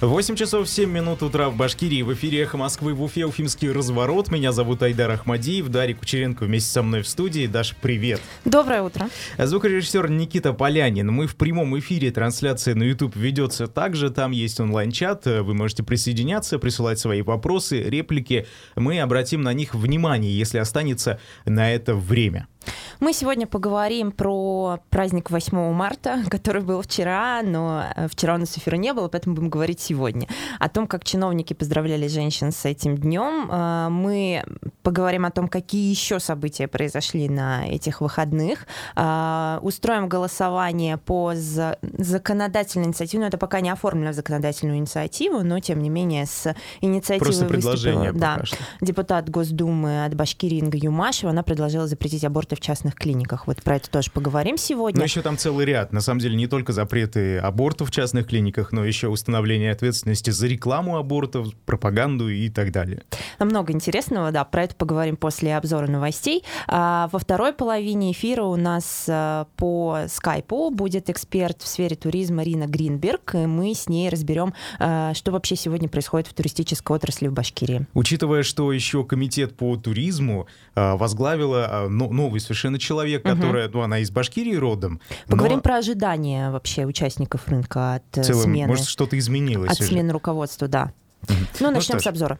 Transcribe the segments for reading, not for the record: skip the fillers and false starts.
8 часов 7 минут утра в Башкирии. В эфире «Эхо Москвы», в Уфе «Уфимский разворот». Меня зовут Айдар Ахмадиев, Дарья Кучеренко вместе со мной в студии. Даша, привет. Доброе утро. Звукорежиссер Никита Полянин. Мы в прямом эфире, трансляция на YouTube ведется также. Там есть онлайн-чат, вы можете присоединяться, присылать свои вопросы, реплики. Мы обратим на них внимание, если останется на это время. Мы сегодня поговорим про праздник 8 марта, который был вчера, но вчера у нас эфира не было, поэтому будем говорить сегодня. О том, как чиновники поздравляли женщин с этим днем. Мы поговорим о том, какие еще события произошли на этих выходных. Устроим голосование по законодательной инициативе. Но это пока не оформлено в законодательную инициативу, но, тем не менее, с инициативой выступила депутат Госдумы от Башкирии Инга Юмашева. Она предложила запретить аборты в частных клиниках. Вот про это тоже поговорим сегодня. Но еще там целый ряд. На самом деле не только запреты абортов в частных клиниках, но еще установление ответственности за рекламу абортов, пропаганду и так далее. Много интересного, да. Про это поговорим после обзора новостей. Во второй половине эфира у нас по скайпу будет эксперт в сфере туризма Рина Гринберг, и мы с ней разберем, что вообще сегодня происходит в туристической отрасли в Башкирии. Учитывая, что еще комитет по туризму возглавила новый совершенно человек, которая, она из Башкирии родом. Поговорим про ожидания вообще участников рынка от смены. Может, что-то изменилось от смены руководства, да. Ну, начнем с обзора.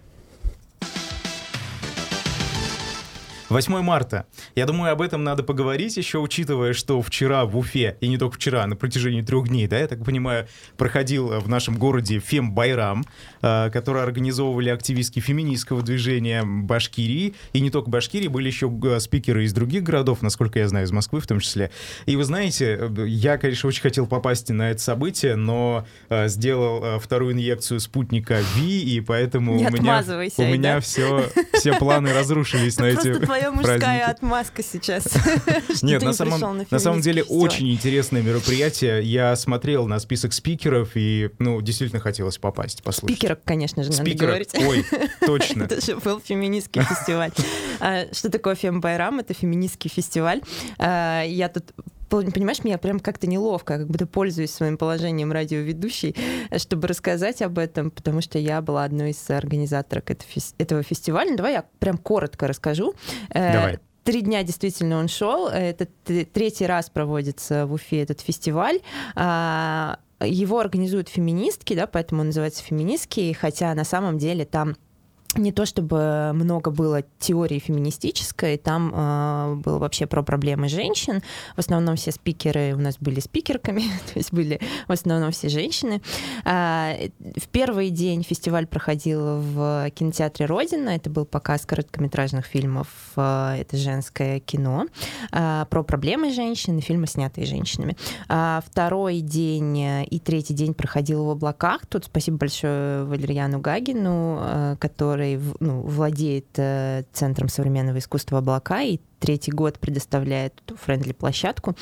8 марта. Я думаю, об этом надо поговорить еще, учитывая, что вчера в Уфе, и не только вчера, на протяжении 3 дней, да, я так понимаю, проходил в нашем городе Фем-Байрам, который организовывали активистки феминистского движения Башкирии, и не только Башкирии, были еще спикеры из других городов, насколько я знаю, из Москвы в том числе. И вы знаете, я, конечно, очень хотел попасть на это событие, но сделал вторую инъекцию спутника Ви, и поэтому у меня все планы разрушились на эти твоя мужская отмазка сейчас. Нет, на самом деле очень интересное мероприятие. Я смотрел на список спикеров, и, действительно хотелось попасть, послушать. Спикерок, конечно же, надо говорить. Ой, точно. Это же был феминистский фестиваль. Что такое Фем-Байрам? Это феминистский фестиваль. Я тут... Понимаешь, мне прям как-то неловко, как будто пользуюсь своим положением радиоведущей, чтобы рассказать об этом, потому что я была одной из организаторок этого фестиваля. Ну, давай я прям коротко расскажу. Давай. 3 дня действительно он шел. Это 3-й раз проводится в Уфе этот фестиваль. Его организуют феминистки, да, поэтому он называется феминистский, хотя на самом деле там не то чтобы много было теории феминистической, там было вообще про проблемы женщин. В основном все спикеры у нас были спикерками, то есть были в основном все женщины. В первый день фестиваль проходил в кинотеатре «Родина». Это был показ короткометражных фильмов, это женское кино, про проблемы женщин, фильмы, снятые женщинами. Второй день и 3-й день проходил в «Облаках». Тут спасибо большое Валерьяну Гагину, который владеет Центром современного искусства «Облака» и 3-й год предоставляет эту френдли-площадку.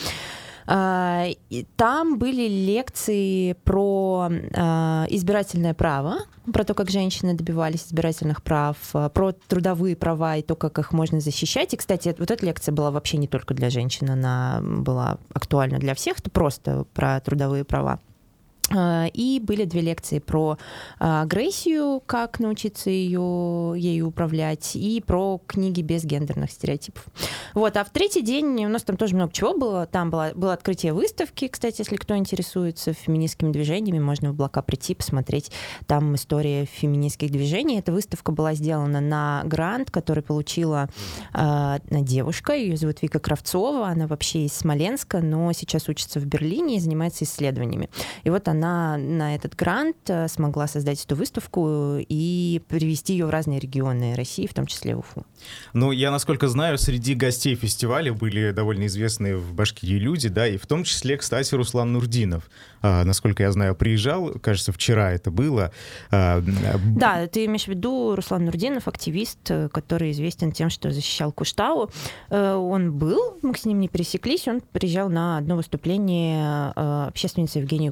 Там были лекции про избирательное право, про то, как женщины добивались избирательных прав, про трудовые права и то, как их можно защищать. И, кстати, вот эта лекция была вообще не только для женщин, она была актуальна для всех, это просто про трудовые права. И были 2 лекции про агрессию, как научиться ею управлять, и про книги без гендерных стереотипов. Вот. А в 3-й день у нас там тоже много чего было. Там было открытие выставки, кстати, если кто интересуется феминистскими движениями, можно в «Облака» прийти, посмотреть. Там история феминистских движений. Эта выставка была сделана на грант, который получила девушка, ее зовут Вика Кравцова, она вообще из Смоленска, но сейчас учится в Берлине и занимается исследованиями. И вот она на этот грант смогла создать эту выставку и привезти ее в разные регионы России, в том числе в Уфу. Я, насколько знаю, среди гостей фестиваля были довольно известные в Башкирии люди, да, и в том числе, кстати, Руслан Нурдинов. Насколько я знаю, приезжал, кажется, вчера это было. Да, ты имеешь в виду Руслан Нурдинов, активист, который известен тем, что защищал Куштау. Он был, мы с ним не пересеклись, он приезжал на одно выступление общественницы Евгении Куцуевой.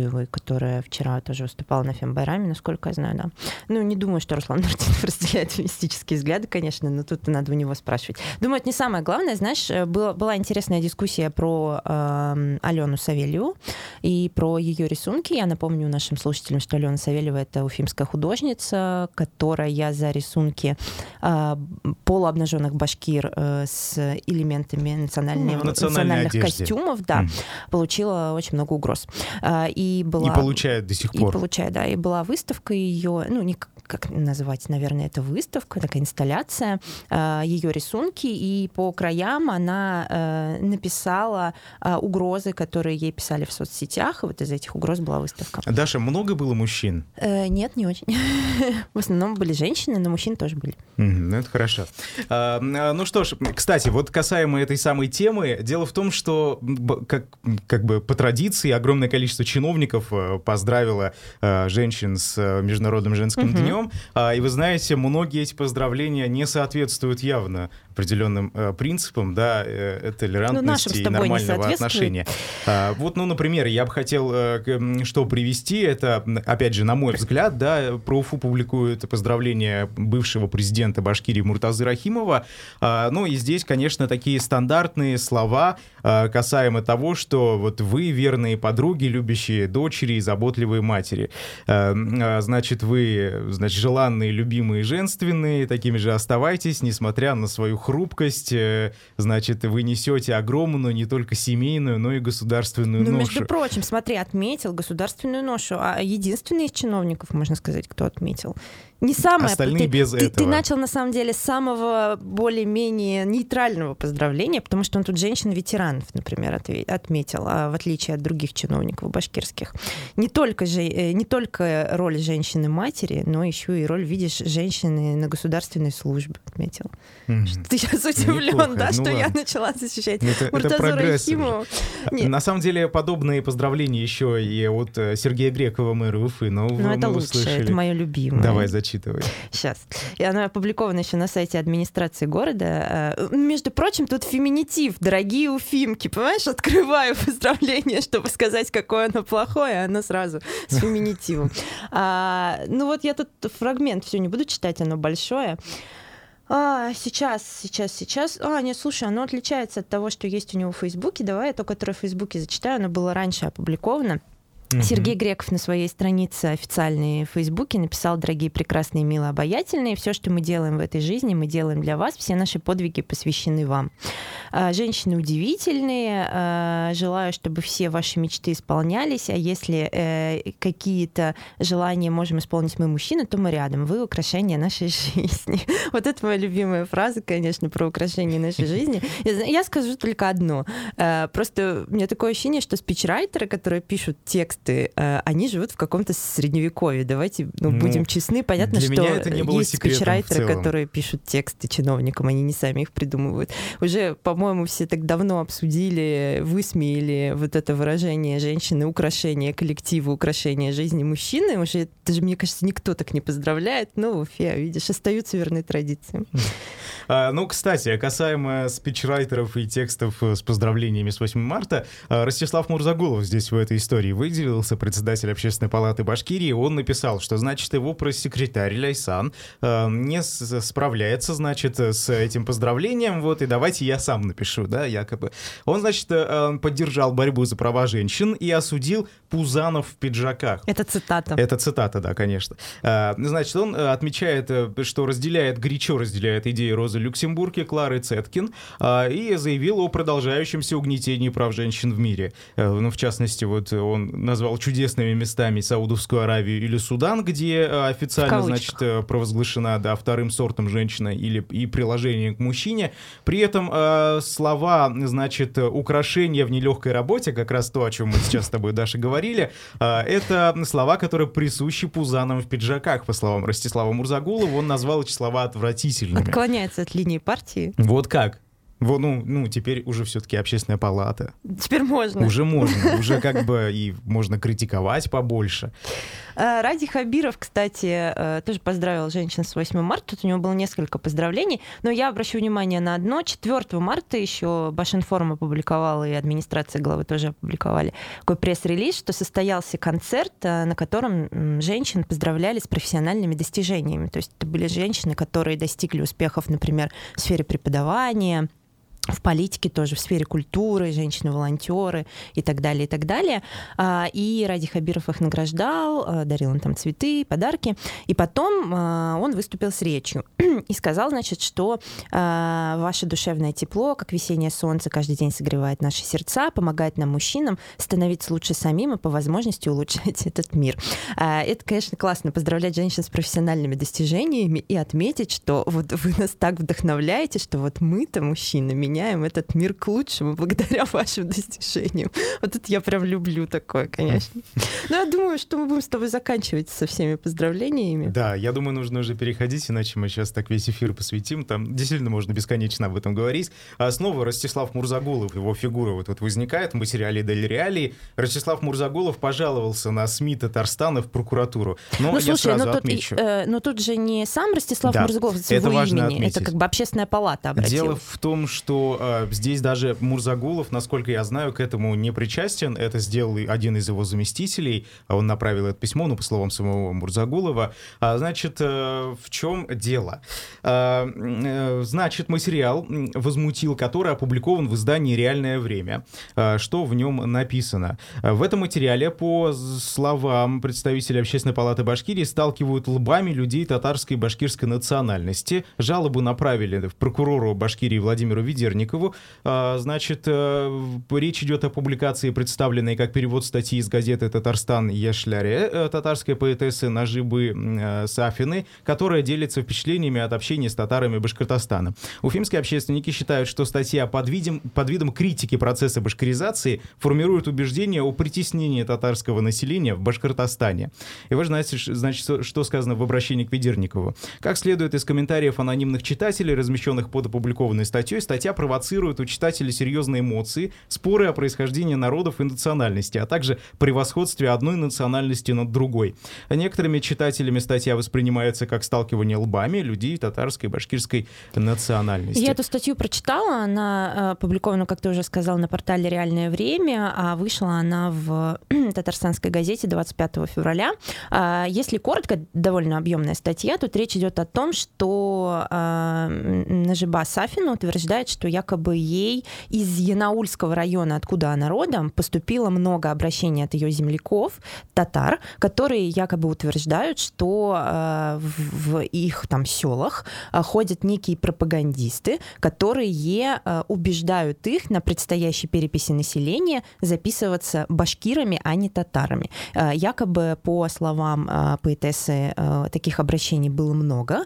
Нуртазиевой, которая вчера тоже выступала на фембайраме, насколько я знаю, да. Ну, не думаю, что Руслан Нуртинов разделяет феминистические взгляды, конечно, но тут надо у него спрашивать. Думаю, это не самое главное. Знаешь, была интересная дискуссия про Алену Савельеву и про ее рисунки. Я напомню нашим слушателям, что Алена Савельева — это уфимская художница, которая за рисунки полуобнаженных башкир с элементами национальных костюмов, да, получила очень много угроз. И получает до сих пор. Да. И была выставка ее, ну, не как назвать, наверное, это выставка, такая инсталляция, ее рисунки, и по краям она написала угрозы, которые ей писали в соцсетях, и вот из этих угроз была выставка. Даша, много было мужчин? Нет, не очень. В основном были женщины, но мужчин тоже были. Ну, это хорошо. Ну что ж, кстати, вот касаемо этой самой темы, дело в том, что как бы по традиции огромное количество чиновников поздравило женщин с Международным женским днем. И вы знаете, многие эти поздравления не соответствуют явно определенным принципам, да, толерантности и нормального отношения. Вот, ну, например, я бы хотел что привести, это, опять же, на мой взгляд, да, про Уфу публикуют поздравления бывшего президента Башкирии Муртазы Рахимова. Ну, и здесь, конечно, такие стандартные слова касаемо того, что вот вы верные подруги, любящие дочери и заботливые матери. Значит, вы, желанные, любимые, женственные, такими же оставайтесь, несмотря на свою хрупкость. Значит, вы несете огромную не только семейную, но и государственную ношу. Ну, между прочим, смотри, отметил государственную ношу, а единственный из чиновников, можно сказать, кто отметил. Не самое... Остальные без этого. Ты начал, на самом деле, с самого более-менее нейтрального поздравления, потому что он тут женщин-ветеранов, например, отметил, в отличие от других чиновников башкирских. Не только роль женщины-матери, но еще и роль, видишь, женщины на государственной службе отметил. Ты сейчас удивлен, да, что я начала защищать Муртазу Рахимову? На самом деле, подобные поздравления еще и от Сергея Грекова, мэра Уфы. Ну, это лучше, это мое любимое. Давай, зачитывай. Сейчас. И она опубликована еще на сайте администрации города. Между прочим, тут феминитив. Дорогие уфимки, понимаешь? Открываю поздравление, чтобы сказать, какое оно плохое, а оно сразу с феминитивом. Ну вот я тут фрагмент все не буду читать, оно большое. Сейчас. Нет, слушай, оно отличается от того, что есть у него в Фейсбуке. Давай я то, которое в Фейсбуке зачитаю. Оно было раньше опубликовано. Сергей Греков на своей странице официальной в Фейсбуке написал: дорогие, прекрасные, милые, обаятельные, все, что мы делаем в этой жизни, мы делаем для вас, все наши подвиги посвящены вам. Женщины удивительные, желаю, чтобы все ваши мечты исполнялись, а если какие-то желания можем исполнить мы, мужчины, то мы рядом, вы украшение нашей жизни. Вот это моя любимая фраза, конечно, про украшение нашей жизни. Я скажу только одно. Просто у меня такое ощущение, что спичрайтеры, которые пишут текст, они живут в каком-то средневековье. Давайте будем честны. Понятно, что есть спичрайтеры, которые пишут тексты чиновникам, они не сами их придумывают. Уже, по-моему, все так давно обсудили, высмеяли вот это выражение женщины, украшение коллектива, украшение жизни мужчины. Уже даже, мне кажется, никто так не поздравляет. Но в Уфе, видишь, остаются верные традиции. Ну, кстати, касаемо спичрайтеров и текстов с поздравлениями с 8 марта, Ростислав Мурзагулов здесь в этой истории выделился, председатель Общественной палаты Башкирии. Он написал, что, значит, его пресс-секретарь Ляйсан не справляется, значит, с этим поздравлением, вот, и давайте я сам напишу, да, якобы. Он, значит, поддержал борьбу за права женщин и осудил пузанов в пиджаках. Это цитата. Это цитата, да, конечно. Значит, он отмечает, что горячо разделяет идеи Розы Люксембург и Клары Цеткин, и заявил о продолжающемся угнетении прав женщин в мире. Ну, в частности, вот он назвал чудесными местами Саудовскую Аравию или Судан, где официально, значит, провозглашена, да, вторым сортом женщина и приложение к мужчине. При этом слова, значит, украшения в нелегкой работе, как раз то, о чем мы сейчас с тобой, Даша, говорили, это слова, которые присущи пузанам в пиджаках, по словам Ростислава Мурзагулова. Он назвал эти слова отвратительными. Отклоняется от линии партии. Вот как? Ну, теперь уже все-таки Общественная палата. Теперь можно. Уже можно. Уже как бы и можно критиковать побольше. Ради Хабиров, кстати, тоже поздравил женщин с 8 марта. Тут у него было несколько поздравлений, но я обращу внимание на одно. 4 марта еще Башинформ опубликовала, и администрация главы тоже опубликовали такой пресс-релиз, что состоялся концерт, на котором женщин поздравляли с профессиональными достижениями. То есть это были женщины, которые достигли успехов, например, в сфере преподавания, в политике тоже, в сфере культуры, женщины-волонтеры и так далее, и так далее. И Ради Хабиров их награждал, дарил им там цветы, подарки. И потом он выступил с речью и сказал, значит, что ваше душевное тепло, как весеннее солнце, каждый день согревает наши сердца, помогает нам, мужчинам, становиться лучше самим и по возможности улучшать этот мир. Это, конечно, классно, поздравлять женщин с профессиональными достижениями и отметить, что вот вы нас так вдохновляете, что вот мы-то, мужчины, меняем этот мир к лучшему благодаря вашим достижениям. Вот это я прям люблю такое, конечно. Но я думаю, что мы будем с тобой заканчивать со всеми поздравлениями. Да, я думаю, нужно уже переходить, иначе мы сейчас так весь эфир посвятим. Там действительно можно бесконечно об этом говорить. А снова Ростислав Мурзагулов, его фигура вот возникает в материале «Дель Реалии». Ростислав Мурзагулов пожаловался на СМИ Татарстана в прокуратуру. Но я сразу отмечу. Но тут же не сам Ростислав Мурзагулов с это его важно имени. отметить. Это как бы общественная палата обратилась. Дело в том, что здесь даже Мурзагулов, насколько я знаю, к этому не причастен. Это сделал один из его заместителей. Он направил это письмо, по словам самого Мурзагулова. Значит, в чем дело? Значит, материал возмутил, который опубликован в издании «Реальное время». Что в нем написано? В этом материале, по словам представителей Общественной палаты Башкирии, сталкивают лбами людей татарской и башкирской национальности. Жалобу направили в прокурору Башкирии Владимиру Ведерникову. Значит, речь идет о публикации, представленной как перевод статьи из газеты «Татарстан Яшляре» татарской поэтессы Нажибы Сафиной, которая делится впечатлениями от общения с татарами Башкортостана. Уфимские общественники считают, что статья под видом критики процесса башкиризации формирует убеждение о притеснении татарского населения в Башкортостане. И вы знаете, значит, что сказано в обращении к Ведерникову. Как следует из комментариев анонимных читателей, размещенных под опубликованной статьей, статья провоцирует у читателей серьезные эмоции, споры о происхождении народов и национальности, а также превосходстве одной национальности над другой. Некоторыми читателями статья воспринимается как сталкивание лбами людей татарской и башкирской национальности. Я эту статью прочитала, она опубликована, как ты уже сказал, на портале «Реальное время», а вышла она в Татарстанской газете 25 февраля. Если коротко, довольно объемная статья, тут речь идет о том, что Нажиба Сафина утверждает, что якобы ей из Янаульского района, откуда она родом, поступило много обращений от ее земляков, татар, которые якобы утверждают, что в их там селах ходят некие пропагандисты, которые убеждают их на предстоящей переписи населения записываться башкирами, а не татарами. Якобы, по словам поэтессы, таких обращений было много,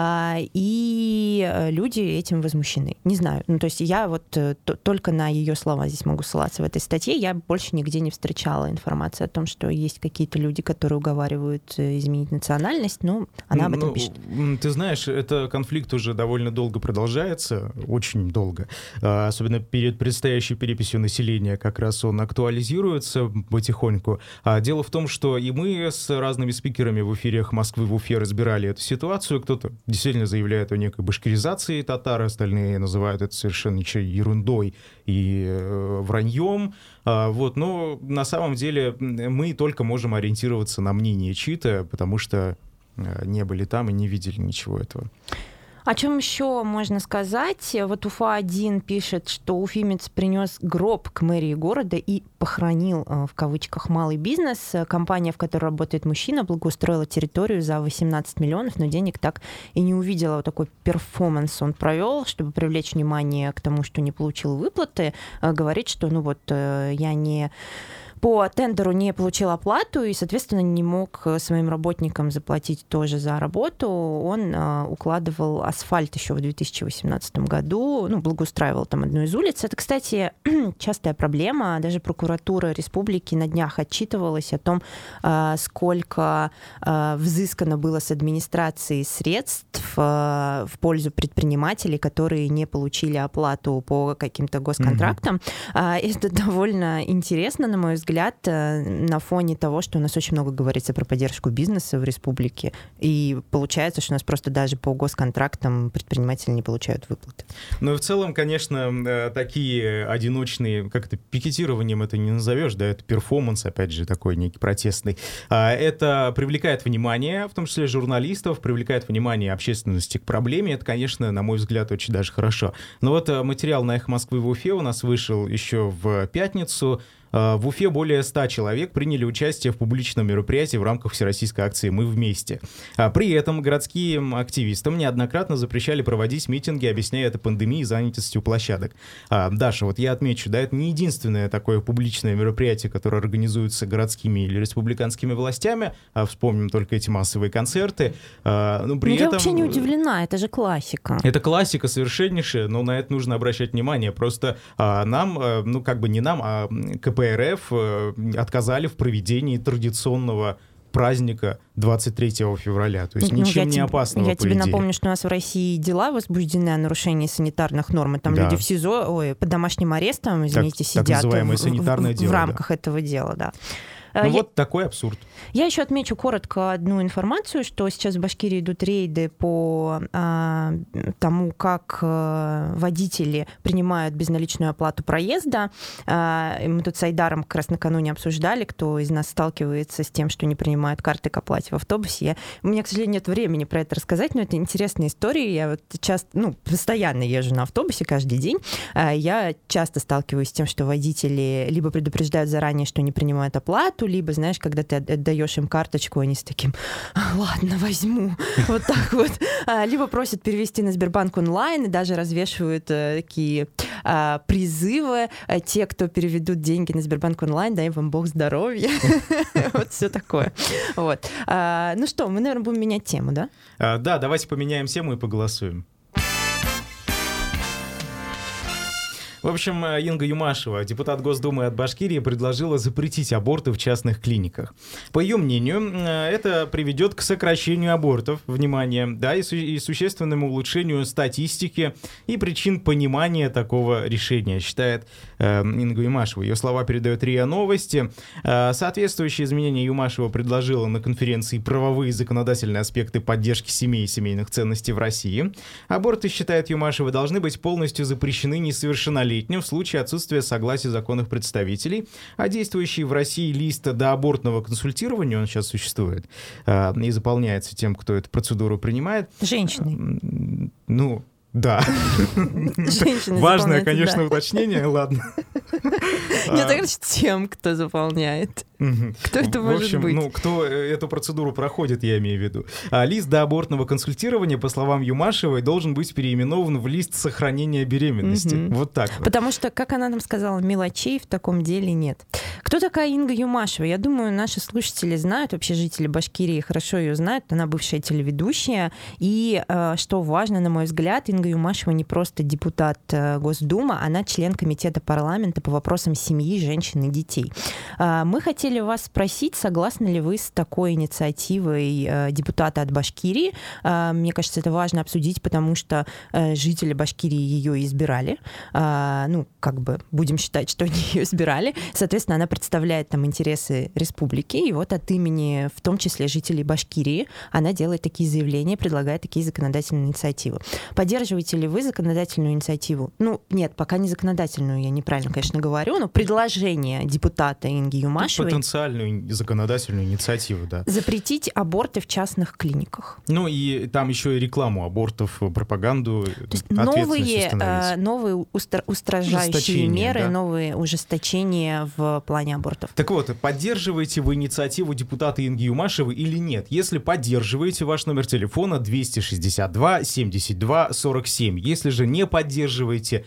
и люди этим возмущены. Не знаю, то есть я вот только на ее слова здесь могу ссылаться в этой статье, я больше нигде не встречала информации о том, что есть какие-то люди, которые уговаривают изменить национальность, но она об этом пишет. Ты знаешь, этот конфликт уже довольно долго продолжается, очень долго, особенно перед предстоящей переписью населения, как раз он актуализируется потихоньку. Дело в том, что и мы с разными спикерами в эфирах Москвы в Уфе разбирали эту ситуацию, кто-то действительно заявляет о некой башкиризации татар, остальные называют это совершенно ерундой и враньем. Но на самом деле мы только можем ориентироваться на мнение чьи-то, потому что не были там и не видели ничего этого. О чем еще можно сказать? Вот Уфа-1 пишет, что уфимец принес гроб к мэрии города и похоронил, в кавычках, малый бизнес. Компания, в которой работает мужчина, благоустроила территорию за 18 миллионов, но денег так и не увидела. Вот такой перформанс он провел, чтобы привлечь внимание к тому, что не получил выплаты. Говорит, что я не по тендеру не получил оплату и, соответственно, не мог своим работникам заплатить тоже за работу. Он укладывал асфальт еще в 2018 году, благоустраивал там одну из улиц. Это, кстати, частая проблема. Даже прокуратура республики на днях отчитывалась о том, сколько взыскано было с администрации средств в пользу предпринимателей, которые не получили оплату по каким-то госконтрактам. Это довольно интересно, на мой взгляд, взгляд, на фоне того, что у нас очень много говорится про поддержку бизнеса в республике, и получается, что у нас просто даже по госконтрактам предприниматели не получают выплаты. Ну и в целом, конечно, такие одиночные, как это, пикетированием это не назовешь, да, это перформанс, опять же, такой некий протестный. Это привлекает внимание, в том числе журналистов, привлекает внимание общественности к проблеме. Это, конечно, на мой взгляд, очень даже хорошо. Но вот материал на «Эхо Москвы» в Уфе у нас вышел еще в пятницу. В Уфе более 100 человек приняли участие в публичном мероприятии в рамках всероссийской акции «Мы вместе». При этом городским активистам неоднократно запрещали проводить митинги, объясняя это пандемией и занятостью площадок. Даша, вот я отмечу, да, это не единственное такое публичное мероприятие, которое организуется городскими или республиканскими властями. Вспомним только эти массовые концерты. Но при этом... Я вообще не удивлена, это же классика. Это классика совершеннейшая, но на это нужно обращать внимание. Просто нам, ну как бы не нам, а КПРФ отказали в проведении традиционного праздника 23 февраля. То есть ничем не опасного, я тебе напомню, что у нас в России дела возбуждены о нарушении санитарных норм. Там люди в СИЗО, под домашним арестом, извините, сидят в рамках этого дела, да. Ну вот такой абсурд. Я еще отмечу коротко одну информацию, что сейчас в Башкирии идут рейды по тому, как водители принимают безналичную оплату проезда. Мы тут с Айдаром как раз накануне обсуждали, кто из нас сталкивается с тем, что не принимают карты к оплате в автобусе. У меня, к сожалению, нет времени про это рассказать, но это интересная история. Я вот постоянно езжу на автобусе каждый день. Я часто сталкиваюсь с тем, что водители либо предупреждают заранее, что не принимают оплату, либо, знаешь, когда ты отдаешь им карточку, они с таким: ладно, возьму, вот так вот. Либо просят перевести на Сбербанк онлайн и даже развешивают такие призывы. Те, кто переведут деньги на Сбербанк онлайн, дай вам Бог здоровья. Вот все такое. Вот. Ну что, мы, наверное, будем менять тему, да? Да, давайте поменяем тему и поголосуем. В общем, Инга Юмашева, депутат Госдумы от Башкирии, предложила запретить аборты в частных клиниках. По ее мнению, это приведет к сокращению абортов, внимание, да, и существенному улучшению статистики и причин понимания такого решения, считает Инга Юмашева. Ее слова передает РИА Новости. Соответствующие изменения Юмашева предложила на конференции «Правовые и законодательные аспекты поддержки семей и семейных ценностей в России». Аборты, считает Юмашева, должны быть полностью запрещены несовершеннолетним в случае отсутствия согласия законных представителей, а действующий в России лист доабортного консультирования, он сейчас существует, и заполняется тем, кто эту процедуру принимает. Женщиной. Ну, да. Важное, конечно, уточнение, ладно. Нет, так тем, кто заполняет. Кто это может быть? Ну, кто эту процедуру проходит, я имею в виду. Лист доабортного консультирования, по словам Юмашевой, должен быть переименован в лист сохранения беременности. Вот так. Потому что, как она нам сказала, мелочей в таком деле нет. Кто такая Инга Юмашева? Я думаю, наши слушатели знают, вообще жители Башкирии хорошо ее знают. Она бывшая телеведущая. И, что важно, на мой взгляд, Инга Юмашева не просто депутат Госдумы, она член комитета парламента по вопросам семьи, женщин и детей. Мы хотели вас спросить, согласны ли вы с такой инициативой депутата от Башкирии. Мне кажется, это важно обсудить, потому что жители Башкирии ее избирали. Будем считать, что они ее избирали. Соответственно, она представляет там интересы республики, и вот от имени, в том числе, жителей Башкирии, она делает такие заявления, предлагает такие законодательные инициативы. Поддерживаете ли вы законодательную инициативу? Ну, нет, пока не законодательную, я неправильно, конечно, говорю, но предложение депутата Инги Юмашевой... Потенциальную законодательную инициативу, да. Запретить аборты в частных клиниках. Ну и там еще и рекламу абортов, пропаганду, новые устражающие меры, да? Новые ужесточения в плане абортов. Так вот, поддерживаете вы инициативу депутата Инги Юмашевой или нет? Если поддерживаете, ваш номер телефона 262 72 47. Если же не поддерживаете,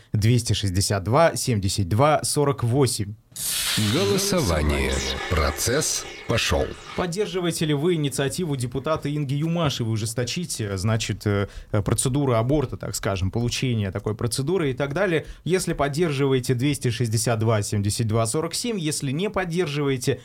262 72 48. Голосование. Процесс пошел. Поддерживаете ли вы инициативу депутата Инги Юмашевой ужесточить, значит, процедуру аборта, так скажем, получение такой процедуры и так далее? Если поддерживаете, 262-72-47, если не поддерживаете,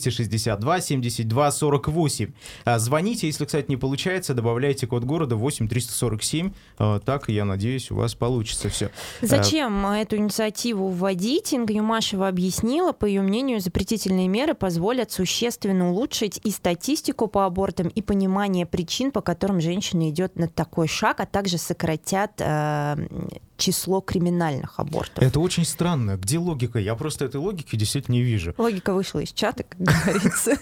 262-72-48. Звоните, если, кстати, не получается, добавляйте код города 8347, так, я надеюсь, у вас получится все. Зачем эту инициативу вводить? Инга Юмашева объяснила, по ее мнению, запретительные меры позволят существенно улучшить и статистику по абортам, и понимание причин, по которым женщина идет на такой шаг, а также сократят число криминальных абортов. Это очень странно. Где логика? Я просто этой логики действительно не вижу. Логика вышла из чата, как говорится.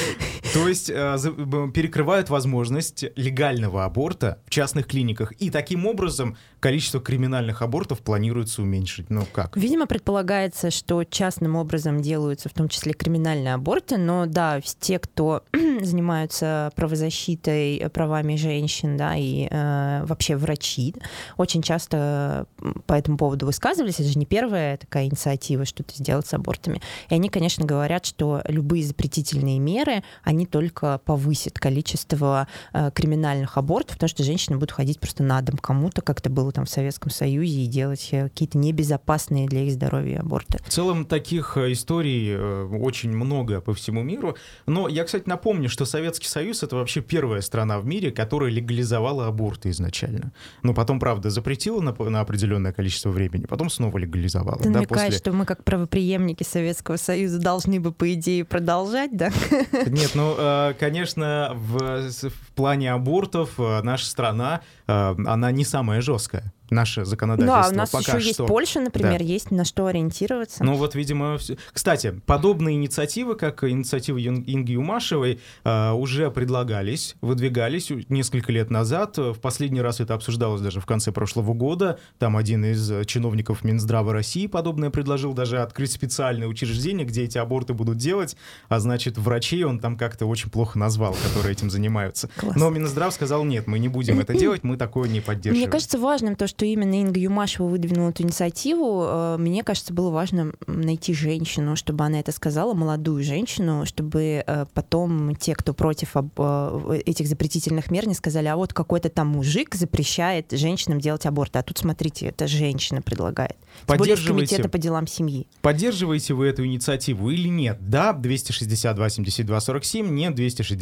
То есть перекрывают возможность легального аборта в частных клиниках, и таким образом количество криминальных абортов планируется уменьшить. Ну как? Видимо, предполагается, что частным образом делаются в том числе криминальные аборты, но да, те, кто занимаются правозащитой, правами женщин, да, и вообще врачи, очень часто по этому поводу высказывались. Это же не первая такая инициатива что-то сделать с абортами. И они, конечно, говорят, что любые запретительные меры, они только повысят количество криминальных абортов, потому что женщины будут ходить просто на дом кому-то, как это было там в Советском Союзе, и делать какие-то небезопасные для их здоровья аборты. В целом таких историй очень много по всему миру. Но я, кстати, напомню, что Советский Союз — это вообще первая страна в мире, которая легализовала аборты изначально. Но потом, правда, запретила на определенное количество времени, потом снова легализовала. Ты намекаешь, что мы как правопреемники Советского Союза должны бы, по идее, продолжать, да? Нет, ну, конечно, в плане абортов наша страна, она не самая жесткая. Наше законодательство. Да, у нас пока еще есть Польша, например, да. Есть на что ориентироваться. Ну вот, видимо, все. Кстати, подобные инициативы, как инициатива Инги Юмашевой, уже предлагались, выдвигались несколько лет назад. В последний раз это обсуждалось даже в конце прошлого года. Там один из чиновников Минздрава России подобное предложил, даже открыть специальное учреждение, где эти аборты будут делать, а значит, врачей он там как-то очень плохо назвал, которые этим занимаются. Класс. Но Минздрав сказал: нет, мы не будем это делать, мы такое не поддерживаем. Мне кажется важным то, что именно Инга Юмашева выдвинула эту инициативу. Мне кажется, было важно найти женщину, чтобы она это сказала, молодую женщину, чтобы потом те, кто против этих запретительных мер, не сказали: а вот какой-то там мужик запрещает женщинам делать аборты. А тут, смотрите, это женщина предлагает. Тем более из комитета по делам семьи. Поддерживаете вы эту инициативу или нет? Да, 262-72-47, нет,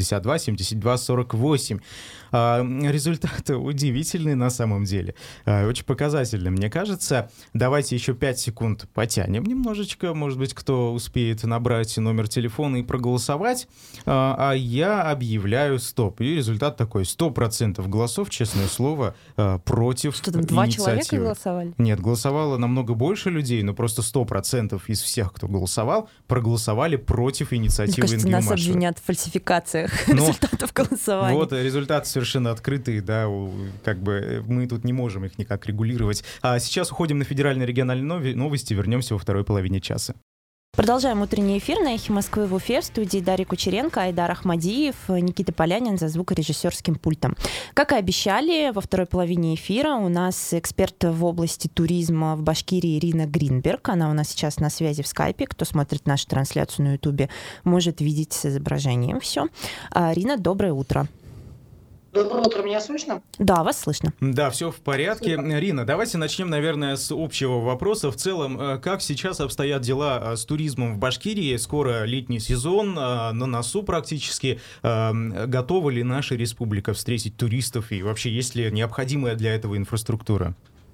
262-72-48. Результаты удивительные на самом деле. Очень показательны, мне кажется. Давайте еще 5 секунд потянем немножечко. Может быть, кто успеет набрать номер телефона и проголосовать. А я объявляю стоп. И результат такой: 100% голосов, честное слово, против Что там, 2 инициативы. человека голосовали? Нет, голосовало намного больше людей, но просто 100% из всех, кто голосовал, проголосовали против инициативы Инги Юмашевой. Мне кажется, нас обвинят в фальсификациях результатов голосования. Вот, результаты совершенно открытые, да, как бы мы тут не можем их никак регулировать. А сейчас уходим на федеральные региональные новости, вернемся во второй половине часа. Продолжаем утренний эфир на «Эхе Москвы» в Уфе. В студии Дарья Кучеренко, Айдар Ахмадиев, Никита Полянин за звукорежиссерским пультом. Как и обещали, во второй половине эфира у нас эксперт в области туризма в Башкирии Ирина Гринберг. Она у нас сейчас на связи в скайпе. Кто смотрит нашу трансляцию на Ютубе, может видеть с изображением все. Ирина, доброе утро. Доброе утро, меня слышно? Да, вас слышно. Да, все в порядке. Рина, давайте начнем, наверное, с общего вопроса. В целом, как сейчас обстоят дела с туризмом в Башкирии? Скоро летний сезон, на носу практически. Готова ли наша республика встретить туристов? И вообще, есть ли необходимая для этого инфраструктура?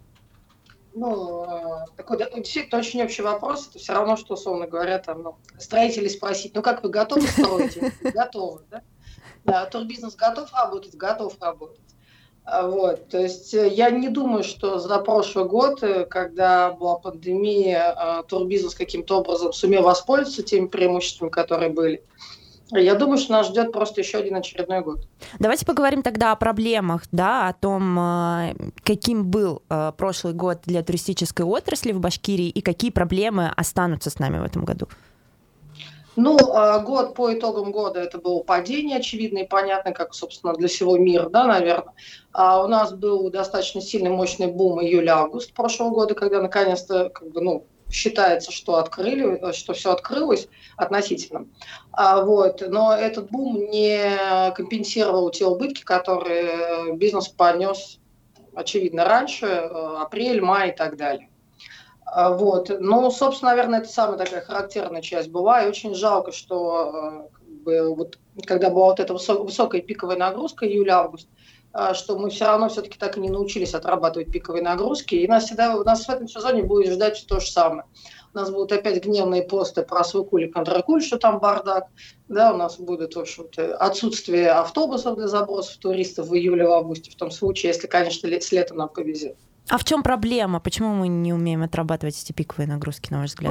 Ну, такой действительно очень общий вопрос. Это все равно, что, условно говоря, там, строителей спросить: ну как вы готовы строить? Готовы, да? Да, турбизнес готов работать, готов работать. Вот, то есть я не думаю, что за прошлый год, когда была пандемия, турбизнес каким-то образом сумел воспользоваться теми преимуществами, которые были. Я думаю, что нас ждет просто еще один очередной год. Давайте поговорим тогда о проблемах, да, о том, каким был прошлый год для туристической отрасли в Башкирии и какие проблемы останутся с нами в этом году. Ну, год по итогам года это было падение, очевидно и понятно, как, собственно, для всего мира, да, наверное. У нас был достаточно сильный, мощный бум июля-август прошлого года, когда наконец-то, как бы, считается, что открыли, что все открылось относительно. Но этот бум не компенсировал те убытки, которые бизнес понес, очевидно, раньше, апрель, май и так далее. Собственно, наверное, это самая такая характерная часть была. И очень жалко, что когда была вот эта высокая пиковая нагрузка, июль-август, что мы все равно все-таки так и не научились отрабатывать пиковые нагрузки. И нас в этом сезоне будет ждать все то же самое. У нас будут опять гневные посты про Свыкуль и Кондракуль, что там бардак. Да, у нас будет, в общем-то, отсутствие автобусов для забросов туристов в июле, в августе, в том случае, если, конечно, с летом нам повезет. А в чем проблема? Почему мы не умеем отрабатывать эти пиковые нагрузки, на ваш взгляд?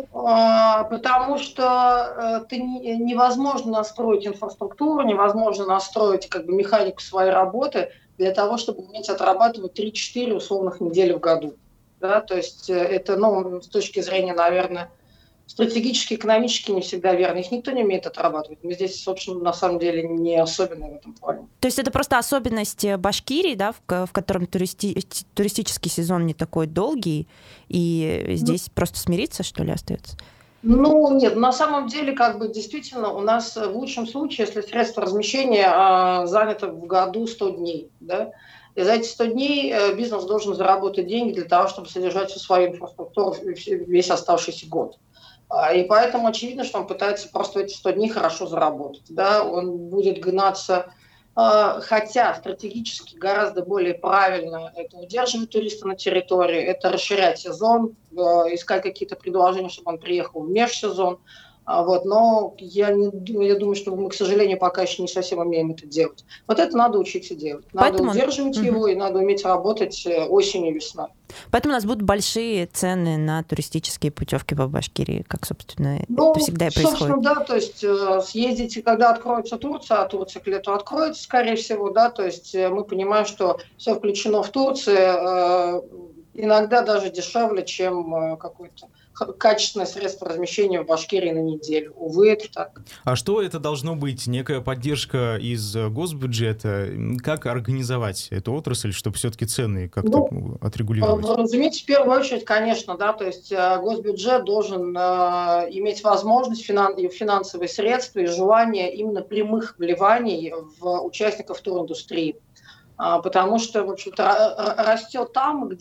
Потому что невозможно настроить инфраструктуру, невозможно настроить механику своей работы для того, чтобы уметь отрабатывать 3-4 условных недели в году. Да? То есть это, с точки зрения, наверное, стратегически, экономически не всегда верно. Их никто не умеет отрабатывать. Мы здесь, собственно, на самом деле не особенные в этом плане. То есть это просто особенность Башкирии, да, в котором туристический сезон не такой долгий, и здесь просто смириться, что ли, остается? Нет, на самом деле, действительно, у нас в лучшем случае, если средства размещения заняты в году 100 дней, да, и за эти 100 дней бизнес должен заработать деньги для того, чтобы содержать всю свою инфраструктуру весь оставшийся год. И поэтому очевидно, что он пытается просто эти 100 дней хорошо заработать. Да? Он будет гнаться, хотя стратегически гораздо более правильно это удерживать туриста на территории, это расширять сезон, искать какие-то предложения, чтобы он приехал в межсезон. Но я думаю, что мы, к сожалению, пока еще не совсем умеем это делать. Вот это надо учиться делать. Надо удерживать его, и надо уметь работать осенью и весной. Поэтому у нас будут большие цены на туристические путевки в Башкирии, как, собственно, всегда и происходит. Собственно, да, то есть съездите, когда откроется Турция, а Турция к лету откроется, скорее всего, да, то есть мы понимаем, что все включено в Турции, иногда даже дешевле, чем какой-то качественное средство размещения в Башкирии на неделю. Увы, это так. А что это должно быть? Некая поддержка из госбюджета? Как организовать эту отрасль, чтобы все-таки цены как-то отрегулировать? Разумеется, в первую очередь, конечно, да, то есть госбюджет должен иметь возможность, финансовые средства и желание именно прямых вливаний в участников туриндустрии. Потому что, в общем-то, растет там,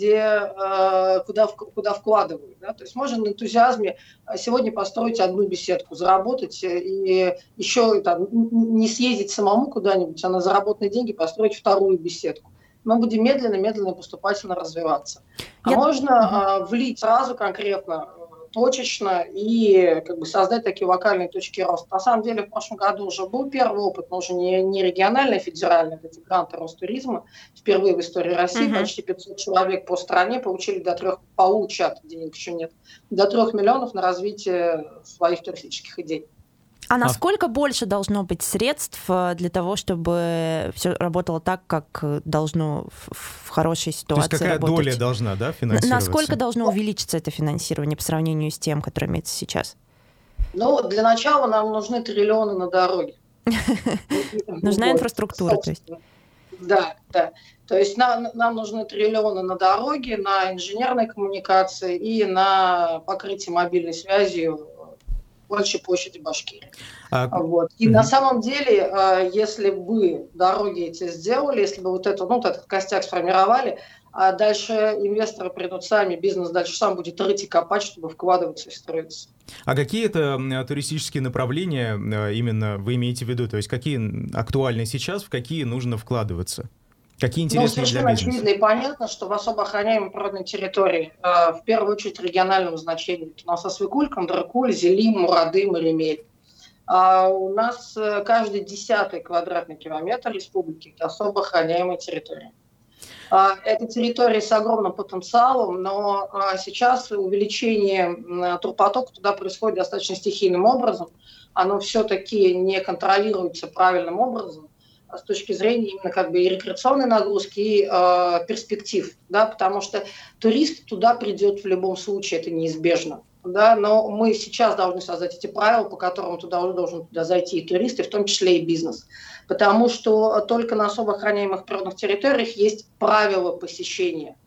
куда вкладывают. Да? То есть можно на энтузиазме сегодня построить одну беседку, заработать и еще не съездить самому куда-нибудь, а на заработанные деньги построить вторую беседку. Мы будем медленно, поступательно развиваться. Можно влить сразу конкретно, точечно и создать такие локальные точки роста. На самом деле в прошлом году уже был первый опыт, но уже не региональный, а федеральный, эти гранты Ростуризма. Впервые в истории России почти 500 человек по стране получили получат, денег еще нет, до 3 миллионов на развитие своих туристических идей. А насколько больше должно быть средств для того, чтобы все работало так, как должно в хорошей ситуации работать? То есть какая доля должна, да, финансироваться? Насколько должно увеличиться это финансирование по сравнению с тем, которое имеется сейчас? Для начала нам нужны триллионы на дороге. Нужна инфраструктура, то есть? Да. То есть нам нужны триллионы на дороге, на инженерной коммуникации и на покрытие мобильной связью большей площади Башкирии. И на самом деле, если бы дороги эти сделали, если бы этот костяк сформировали, а дальше инвесторы придут сами, бизнес дальше сам будет рыть и копать, чтобы вкладываться и строиться. А какие это туристические направления именно вы имеете в виду? То есть какие актуальны сейчас, в какие нужно вкладываться? Какие интересные для бизнеса? Очевидно и понятно, что в особо охраняемой природной территории, в первую очередь региональном значении, у нас Свыкуль, Кондракуль, Зелим, Мурадым, Иремель. У нас каждый 10-й квадратный километр республики – это особо охраняемая территория. Это территория с огромным потенциалом, но сейчас увеличение турпотока туда происходит достаточно стихийным образом. Оно все-таки не контролируется правильным образом с точки зрения именно и рекреационной нагрузки, и перспектив, да, потому что турист туда придет в любом случае, это неизбежно. Да, но мы сейчас должны создать эти правила, по которым должен туда зайти и туристы, в том числе и бизнес. Потому что только на особо охраняемых природных территориях есть правила посещения.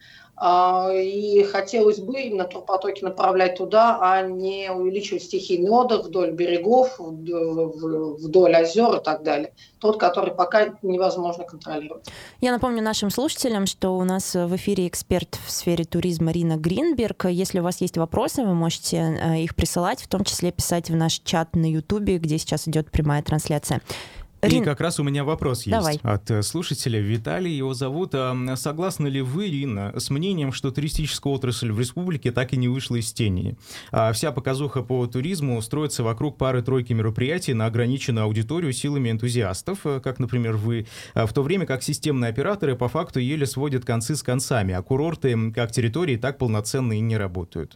И хотелось бы именно турпотоки направлять туда, а не увеличивать стихийный отдых вдоль берегов, вдоль озер и так далее. Тот, который пока невозможно контролировать. Я напомню нашим слушателям, что у нас в эфире эксперт в сфере туризма Рина Гринберг. Если у вас есть вопросы, вы можете их присылать, в том числе писать в наш чат на Ютубе, где сейчас идет прямая трансляция. И как раз у меня вопрос есть. Давай. От слушателя. Виталий его зовут. Согласны ли вы, Ирина, с мнением, что туристическая отрасль в республике так и не вышла из тени? Вся показуха по туризму строится вокруг пары-тройки мероприятий на ограниченную аудиторию силами энтузиастов, как, например, вы, в то время как системные операторы по факту еле сводят концы с концами, а курорты как территории так полноценно и не работают.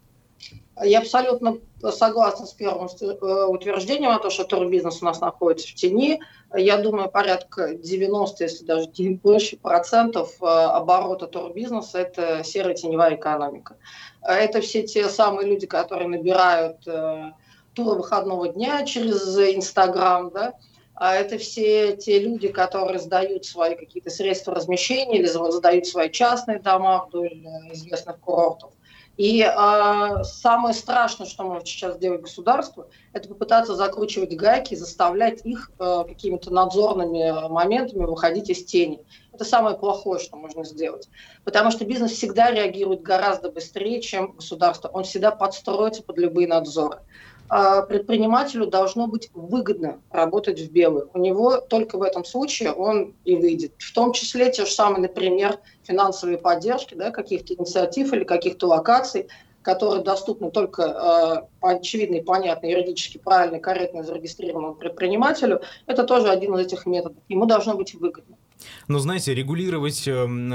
Я абсолютно согласна с первым утверждением о том, что турбизнес у нас находится в тени. Я думаю, порядка 90, если даже больше процентов оборота турбизнеса – это серая теневая экономика. Это все те самые люди, которые набирают туры выходного дня через Инстаграм, да? А это все те люди, которые сдают свои какие-то средства размещения или сдают свои частные дома вдоль известных курортов. И самое страшное, что может сейчас делать государство, это попытаться закручивать гайки, заставлять их какими-то надзорными моментами выходить из тени. Это самое плохое, что можно сделать. Потому что бизнес всегда реагирует гораздо быстрее, чем государство. Он всегда подстроится под любые надзоры. Предпринимателю должно быть выгодно работать в белую. У него только в этом случае он и выйдет. В том числе те же самые, например, финансовые поддержки, да, каких-то инициатив или каких-то локаций, которые доступны только очевидно и понятно, юридически правильно, корректно зарегистрированному предпринимателю. Это тоже один из этих методов. Ему должно быть выгодно. Но, знаете, регулировать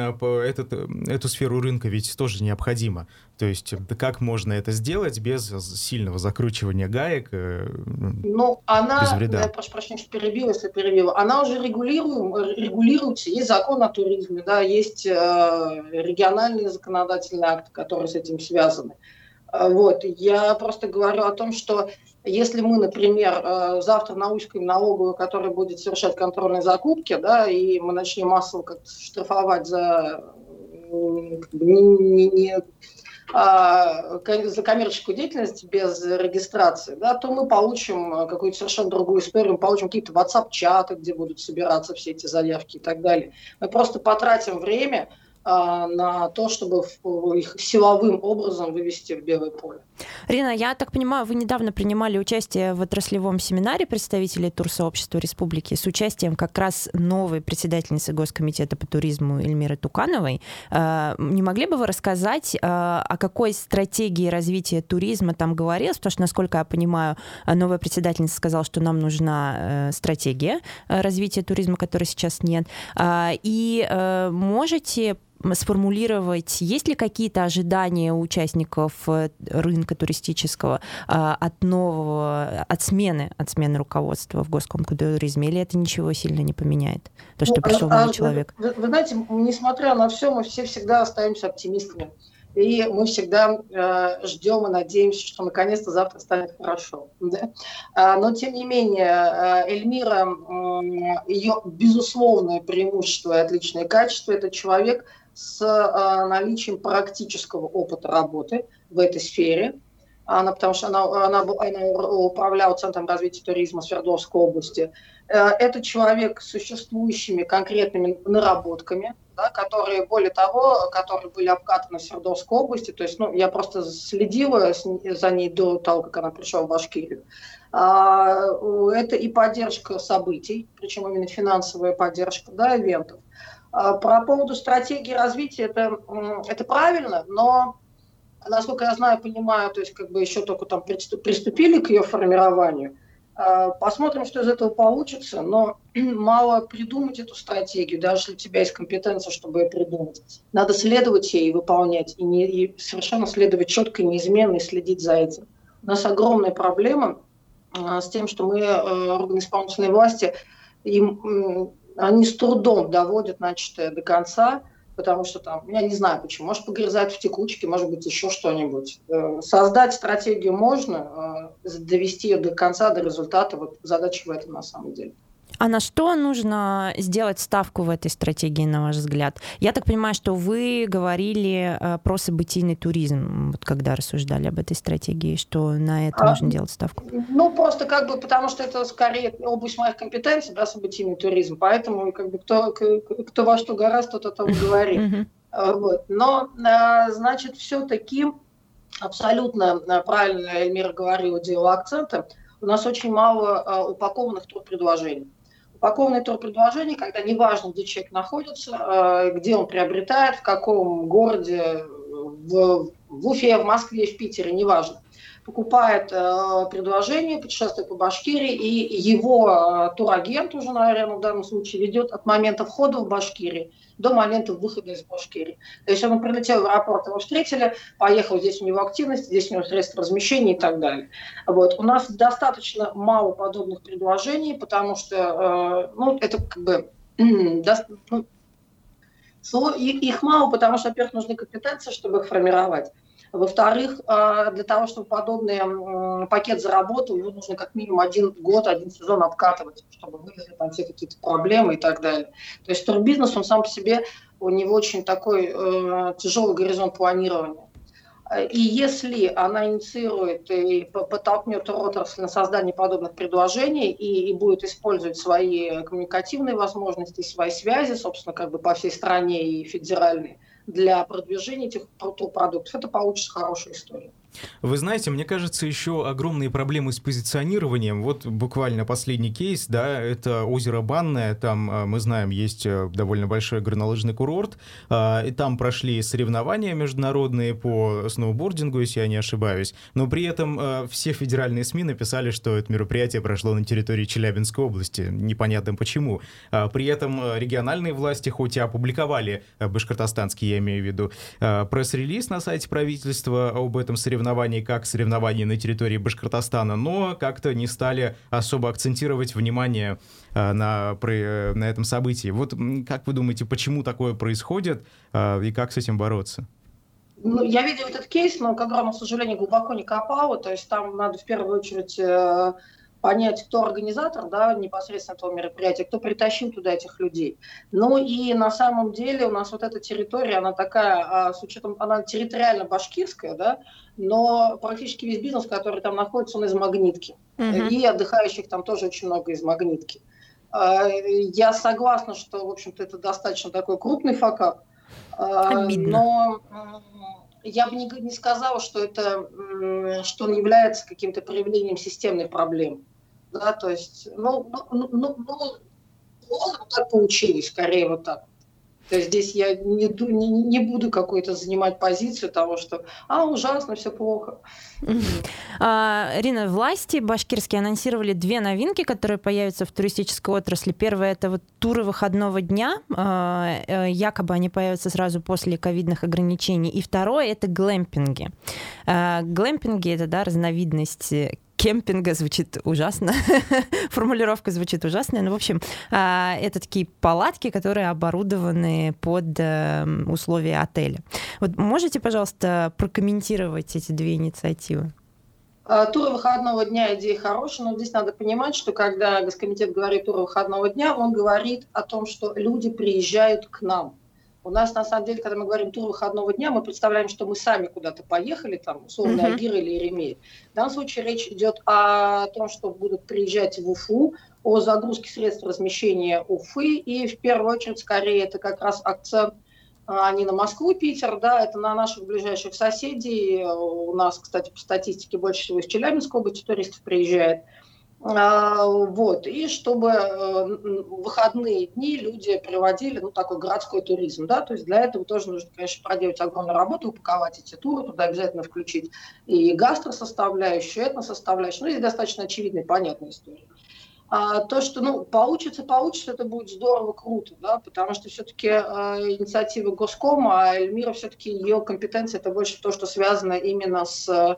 эту сферу рынка ведь тоже необходимо. То есть как можно это сделать без сильного закручивания гаек, без вреда? Я прошу прощения, что перебила. Она уже регулируется. Есть закон о туризме, да, есть региональные законодательные акты, которые с этим связаны. Я просто говорю о том, что если мы, например, завтра научим налоговую, которая будет совершать контрольные закупки, да, и мы начнем массово как-то штрафовать за коммерческую деятельность без регистрации, да, то мы получим какую-то совершенно другую историю, мы получим какие-то WhatsApp-чаты, где будут собираться все эти заявки и так далее. Мы просто потратим время на то, чтобы их силовым образом вывести в белое поле. Рина, я так понимаю, вы недавно принимали участие в отраслевом семинаре представителей турсообщества республики с участием как раз новой председательницы Госкомитета по туризму Эльмиры Тукановой. Не могли бы вы рассказать, о какой стратегии развития туризма там говорилось? Потому что, насколько я понимаю, новая председательница сказала, что нам нужна стратегия развития туризма, которой сейчас нет. И можете сформулировать, есть ли какие-то ожидания у участников рынка туристического от смены руководства в Госкомтуризме, или это ничего сильно не поменяет? То, что пришел новый человек. Вы знаете, несмотря на все, мы все всегда остаемся оптимистами. И мы всегда ждем и надеемся, что наконец-то завтра станет хорошо. Да? Но, тем не менее, Эльмира, ее безусловное преимущество и отличное качество – это человек с наличием практического опыта работы в этой сфере. Потому что она управляла Центром развития туризма Свердловской области. Это человек с существующими конкретными наработками, да, которые, более того, которые были обкатаны в Свердловской области. То есть, я просто следила за ней до того, как она пришла в Башкирию. Это и поддержка событий, причем именно финансовая поддержка, да, ивентов. По поводу стратегии развития, это правильно, но, насколько я знаю, понимаю, то есть еще только там приступили к ее формированию. Посмотрим, что из этого получится, но мало придумать эту стратегию, даже если у тебя есть компетенция, чтобы ее придумать. Надо следовать ей и выполнять, и совершенно следовать четко и неизменно, и следить за этим. У нас огромная проблема с тем, что мы, органы исполнительной власти, они с трудом доводят начатое до конца, потому что там, я не знаю почему, может погрязать в текучке, может быть еще что-нибудь. Создать стратегию можно, довести ее до конца, до результата, задача в этом на самом деле. А на что нужно сделать ставку в этой стратегии, на ваш взгляд? Я так понимаю, что вы говорили про событийный туризм, вот когда рассуждали об этой стратегии, что на это нужно делать ставку. Ну, просто потому что это скорее область моих компетенций, да, событийный туризм, поэтому кто во что гораст, тот о том говорит. Вот. Но, значит, все-таки абсолютно правильно Эльмира говорила, делала акценты. У нас очень мало упакованных турпредложений. Упакованные турпредложения, когда неважно, где человек находится, где он приобретает, в каком городе, в Уфе, в Москве, в Питере, неважно. Покупает предложение, путешествует по Башкирии, и его турагент уже, наверное, в данном случае ведет от момента входа в Башкирию до момента выхода из Башкирии. То есть он прилетел в аэропорт, его встретили, поехал, здесь у него активность, здесь у него средства размещения и так далее. Вот. У нас достаточно мало подобных предложений, потому что это их мало, потому что, во-первых, нужны компетенции, чтобы их формировать. Во-вторых, для того, чтобы подобный пакет заработал, его нужно как минимум 1 год, 1 сезон обкатывать, чтобы вывезли там все какие-то проблемы и так далее. То есть турбизнес, он сам по себе, у него очень такой тяжелый горизонт планирования. И если она инициирует и подтолкнет отрасль на создание подобных предложений и будет использовать свои коммуникативные возможности, свои связи, собственно, по всей стране и федеральные, для продвижения этих продуктов, это получится хорошая история. Вы знаете, мне кажется, еще огромные проблемы с позиционированием. Вот буквально последний кейс, да, это озеро Банное, там, мы знаем, есть довольно большой горнолыжный курорт, и там прошли соревнования международные по сноубордингу, если я не ошибаюсь, но при этом все федеральные СМИ написали, что это мероприятие прошло на территории Челябинской области, непонятно почему. При этом региональные власти хоть и опубликовали, башкортостанские, я имею в виду, пресс-релиз на сайте правительства об этом соревновании, как соревнования на территории Башкортостана, но как-то не стали особо акцентировать внимание на этом событии. Вот как вы думаете, почему такое происходит и как с этим бороться? Я видела этот кейс, но, к огромному сожалению, глубоко не копала. То есть там надо в первую очередь понять, кто организатор, да, непосредственно этого мероприятия, кто притащил туда этих людей. Ну и на самом деле у нас вот эта территория, она такая, с учетом, она территориально башкирская, да, но практически весь бизнес, который там находится, он из Магнитки. И отдыхающих там тоже очень много из Магнитки. Я согласна, что, в общем-то, это достаточно такой крупный факап. Но я бы не сказала, что он является каким-то проявлением системной проблемы. Да, то есть, так получилось, скорее вот так. То есть здесь я не буду какой-то занимать позицию того, что ужасно, все плохо. Ирина, власти башкирские анонсировали 2 новинки, которые появятся в туристической отрасли. Первое — это вот туры выходного дня. Якобы они появятся сразу после ковидных ограничений. И второе — это глэмпинги. Глэмпинги — это, да, разновидность кемпинга, звучит ужасно, формулировка звучит ужасно, но, в общем, это такие палатки, которые оборудованы под условия отеля. Вот можете, пожалуйста, прокомментировать эти 2 инициативы? Туры выходного дня — идея хорошая, но здесь надо понимать, что когда Госкомитет говорит туры выходного дня, он говорит о том, что люди приезжают к нам. У нас, на самом деле, когда мы говорим тур выходного дня, мы представляем, что мы сами куда-то поехали, там, условно, Агир или Еремей. В данном случае речь идет о том, что будут приезжать в Уфу, о загрузке средств размещения Уфы, и в первую очередь, скорее, это как раз акцент не на Москву, Питер, да, это на наших ближайших соседей. У нас, кстати, по статистике больше всего из Челябинской области туристов приезжает. Вот, и чтобы в выходные дни люди проводили, такой городской туризм, да, то есть для этого тоже нужно, конечно, проделать огромную работу, упаковать эти туры, туда обязательно включить и гастросоставляющую, этносоставляющую, здесь достаточно очевидная и понятная история. То, что, получится, это будет здорово, круто, да, потому что все-таки инициатива Госкома, а Эльмира все-таки ее компетенция, это больше то, что связано именно с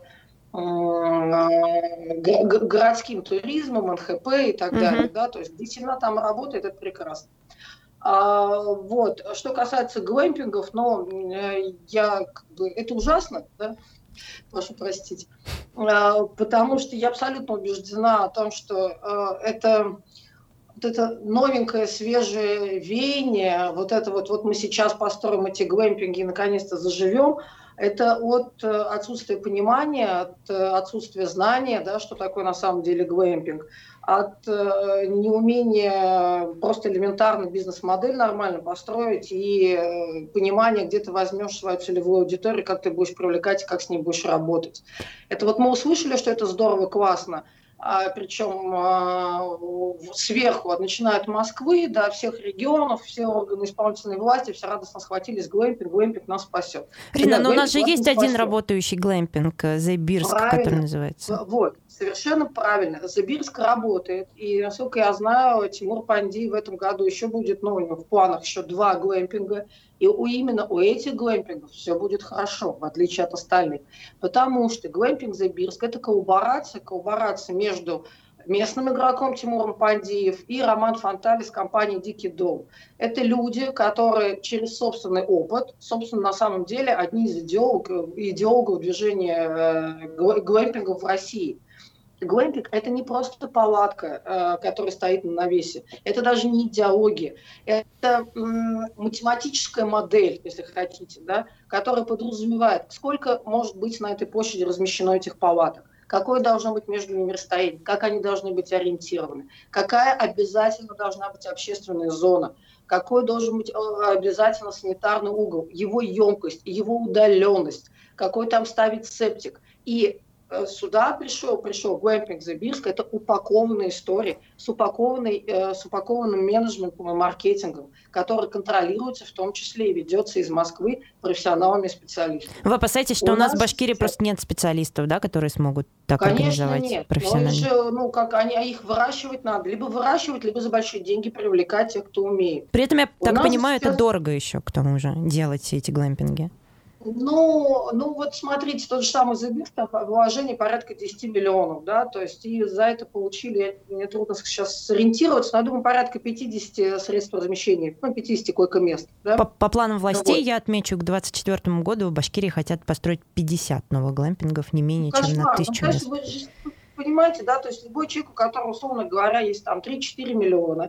городским туризмом, НХП и так далее, да, то есть действительно там работает, это прекрасно. Вот, что касается глэмпингов, это ужасно, да, прошу простить, потому что я абсолютно убеждена о том, что это вот это новенькое, свежее веяние, вот это вот мы сейчас построим эти глэмпинги и наконец-то заживем, это от отсутствия понимания, от отсутствия знания, да, что такое на самом деле глэмпинг, от неумения просто элементарно бизнес-модель нормально построить и понимания, где ты возьмешь свою целевую аудиторию, как ты будешь привлекать и как с ней будешь работать. Это вот мы услышали, что это здорово, классно. Причем сверху, начиная от Москвы до всех регионов, все органы исполнительной власти все радостно схватились, глэмпинг нас спасет. Рина, но у нас же есть один работающий глэмпинг, Зайбирск, который называется. Вот, совершенно правильно. Зайбирск работает, и, насколько я знаю, Тимур Панди в этом году еще будет, у него в планах еще 2 глэмпинга, и именно у этих глэмпингов все будет хорошо, в отличие от остальных. Потому что глэмпинг Зайбирск – это коллаборация между местным игроком Тимуром Пандиев и Роман Фонтале с компанией «Дикий Дом». Это люди, которые через собственный опыт, собственно, на самом деле, одни из идеологов движения глэмпинга в России. Глэмпинг – это не просто палатка, которая стоит на навесе. Это даже не идеология. Это математическая модель, если хотите, да, которая подразумевает, сколько может быть на этой площади размещено этих палаток, какое должно быть между ними расстояние, как они должны быть ориентированы, какая обязательно должна быть общественная зона, какой должен быть обязательно санитарный угол, его емкость, его удаленность, какой там ставить септик. И сюда пришел глэмпинг Зайбирск, это упакованная история с упакованным менеджментом и маркетингом, который контролируется в том числе и ведется из Москвы профессионалами и специалистами. Вы опасаетесь, что у нас в Башкирии просто нет специалистов, да, которые смогут так организовать профессионально? Конечно, нет. Их выращивать надо. Либо выращивать, либо за большие деньги привлекать тех, кто умеет. При этом, я так понимаю, это дорого еще, к тому же, делать все эти глэмпинги. Вот смотрите, тот же самый Зайбирск, там вложение порядка 10 миллионов, да, то есть и за это получили, мне трудно сейчас сориентироваться, но я думаю, порядка 50 средств размещения, 50 койко-мест. Да? По планам властей, я отмечу, к 2024 году в Башкирии хотят построить 50 новых глэмпингов, не менее чем на 1000 мест. Вы понимаете, да, то есть любой человек, у которого, условно говоря, есть там 3-4 миллиона,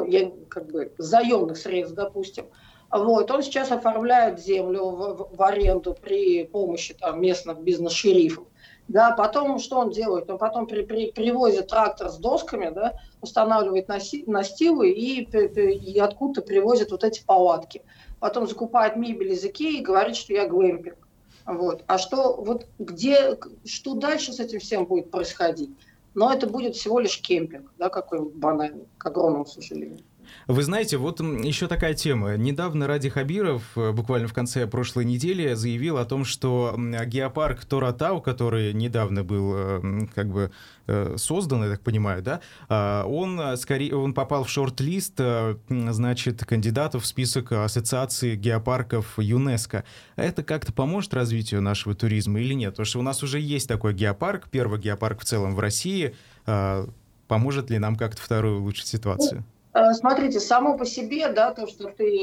заемных средств, допустим, он сейчас оформляет землю в аренду при помощи местных бизнес-шерифов. Да, потом что он делает? Он потом привозит трактор с досками, да, устанавливает настилы и откуда-то привозит вот эти палатки. Потом закупает мебель из Икеи и говорит, что я глэмпинг. А что дальше с этим всем будет происходить? Но это будет всего лишь кемпинг, да, какой-нибудь банальный, к огромному сожалению. Вы знаете, вот еще такая тема. Недавно Ради Хабиров, буквально в конце прошлой недели, заявил о том, что геопарк Торатау, который недавно был создан, я так понимаю, да, он попал в шорт-лист, кандидатов в список ассоциации геопарков ЮНЕСКО. Это как-то поможет развитию нашего туризма или нет? Потому что у нас уже есть такой геопарк, первый геопарк в целом в России. Поможет ли нам как-то второй улучшить ситуацию? Смотрите, само по себе, да, то, что ты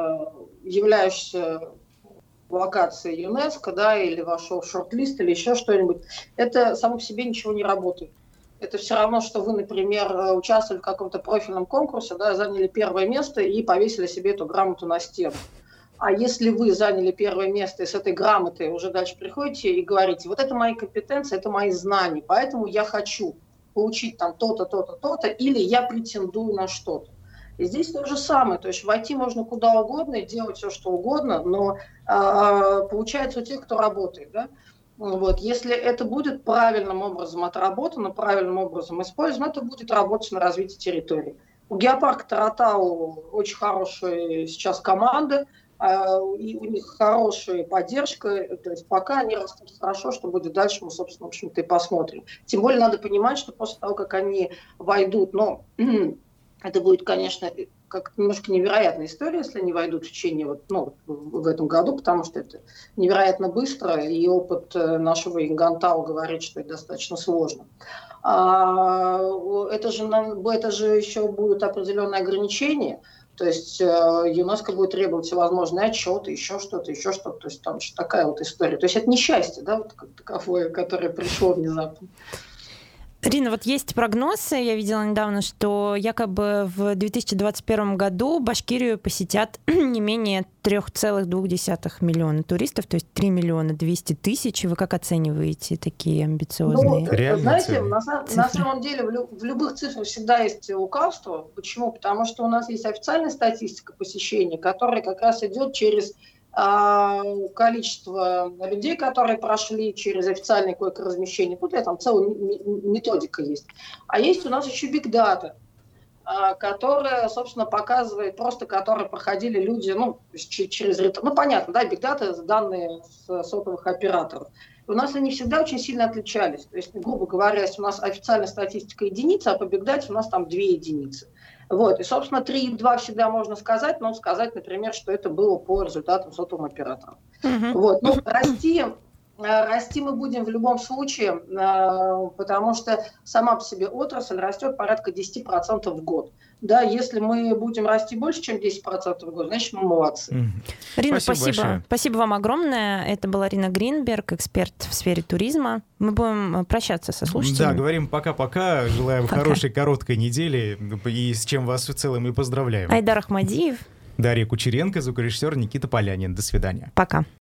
являешься локацией ЮНЕСКО, да, или вошел в шорт-лист, или еще что-нибудь, это само по себе ничего не работает. Это все равно, что вы, например, участвовали в каком-то профильном конкурсе, да, заняли первое место и повесили себе эту грамоту на стену. А если вы заняли первое место и с этой грамотой уже дальше приходите и говорите, вот это мои компетенции, это мои знания, поэтому я хочу получить там то-то, то-то, то-то, или я претендую на что-то. И здесь то же самое, то есть войти можно куда угодно и делать все, что угодно, но получается у тех, кто работает, да? Если это будет правильным образом отработано, правильным образом использовано, это будет работать на развитие территории. У геопарка Торатау очень хорошие сейчас команды, и у них хорошая поддержка, то есть пока они растут хорошо, что будет дальше, мы, собственно, в общем-то, и посмотрим. Тем более надо понимать, что после того, как они войдут, это будет, конечно, как немножко невероятная история, если они войдут в течение в этом году, потому что это невероятно быстро, и опыт нашего Ингантау говорит, что это достаточно сложно. Это же еще будут определенные ограничения. То есть ЮНЕСКО будет требовать всевозможные отчеты, еще что-то. То есть там еще такая вот история. То есть это несчастье, да, вот таковое, которое пришло внезапно. Рина, вот есть прогнозы, я видела недавно, что якобы в 2021 году Башкирию посетят не менее 3,2 миллиона туристов, то есть 3 миллиона 200 тысяч. Вы как оцениваете такие амбициозные цифры? Знаете, цифры? на самом деле в любых цифрах всегда есть лукавство. Почему? Потому что у нас есть официальная статистика посещений, которая как раз идет через количество людей, которые прошли через официальное койко-размещение. Тут там целая методика есть. А есть у нас еще Big Data, которая, собственно, показывает просто, которые проходили люди, через... понятно, да, Big Data — это данные с сотовых операторов. И у нас они всегда очень сильно отличались. То есть, грубо говоря, если у нас официальная статистика единица, а по Big Data у нас там 2 единицы. Вот. И, собственно, 3,2 всегда можно сказать, но сказать, например, что это было по результатам сотовым операторам. Вот. Расти мы будем в любом случае, потому что сама по себе отрасль растет порядка 10% в год. Да, если мы будем расти больше, чем 10% в год, значит, мы молодцы. Рина, спасибо. Спасибо вам огромное. Это была Рина Гринберг, эксперт в сфере туризма. Мы будем прощаться со слушателями. Да, говорим пока-пока. Желаем хорошей, короткой недели. И с чем вас в целом и поздравляем. Айдар Ахмадиев. Дарья Кучеренко, звукорежиссер Никита Полянин. До свидания. Пока.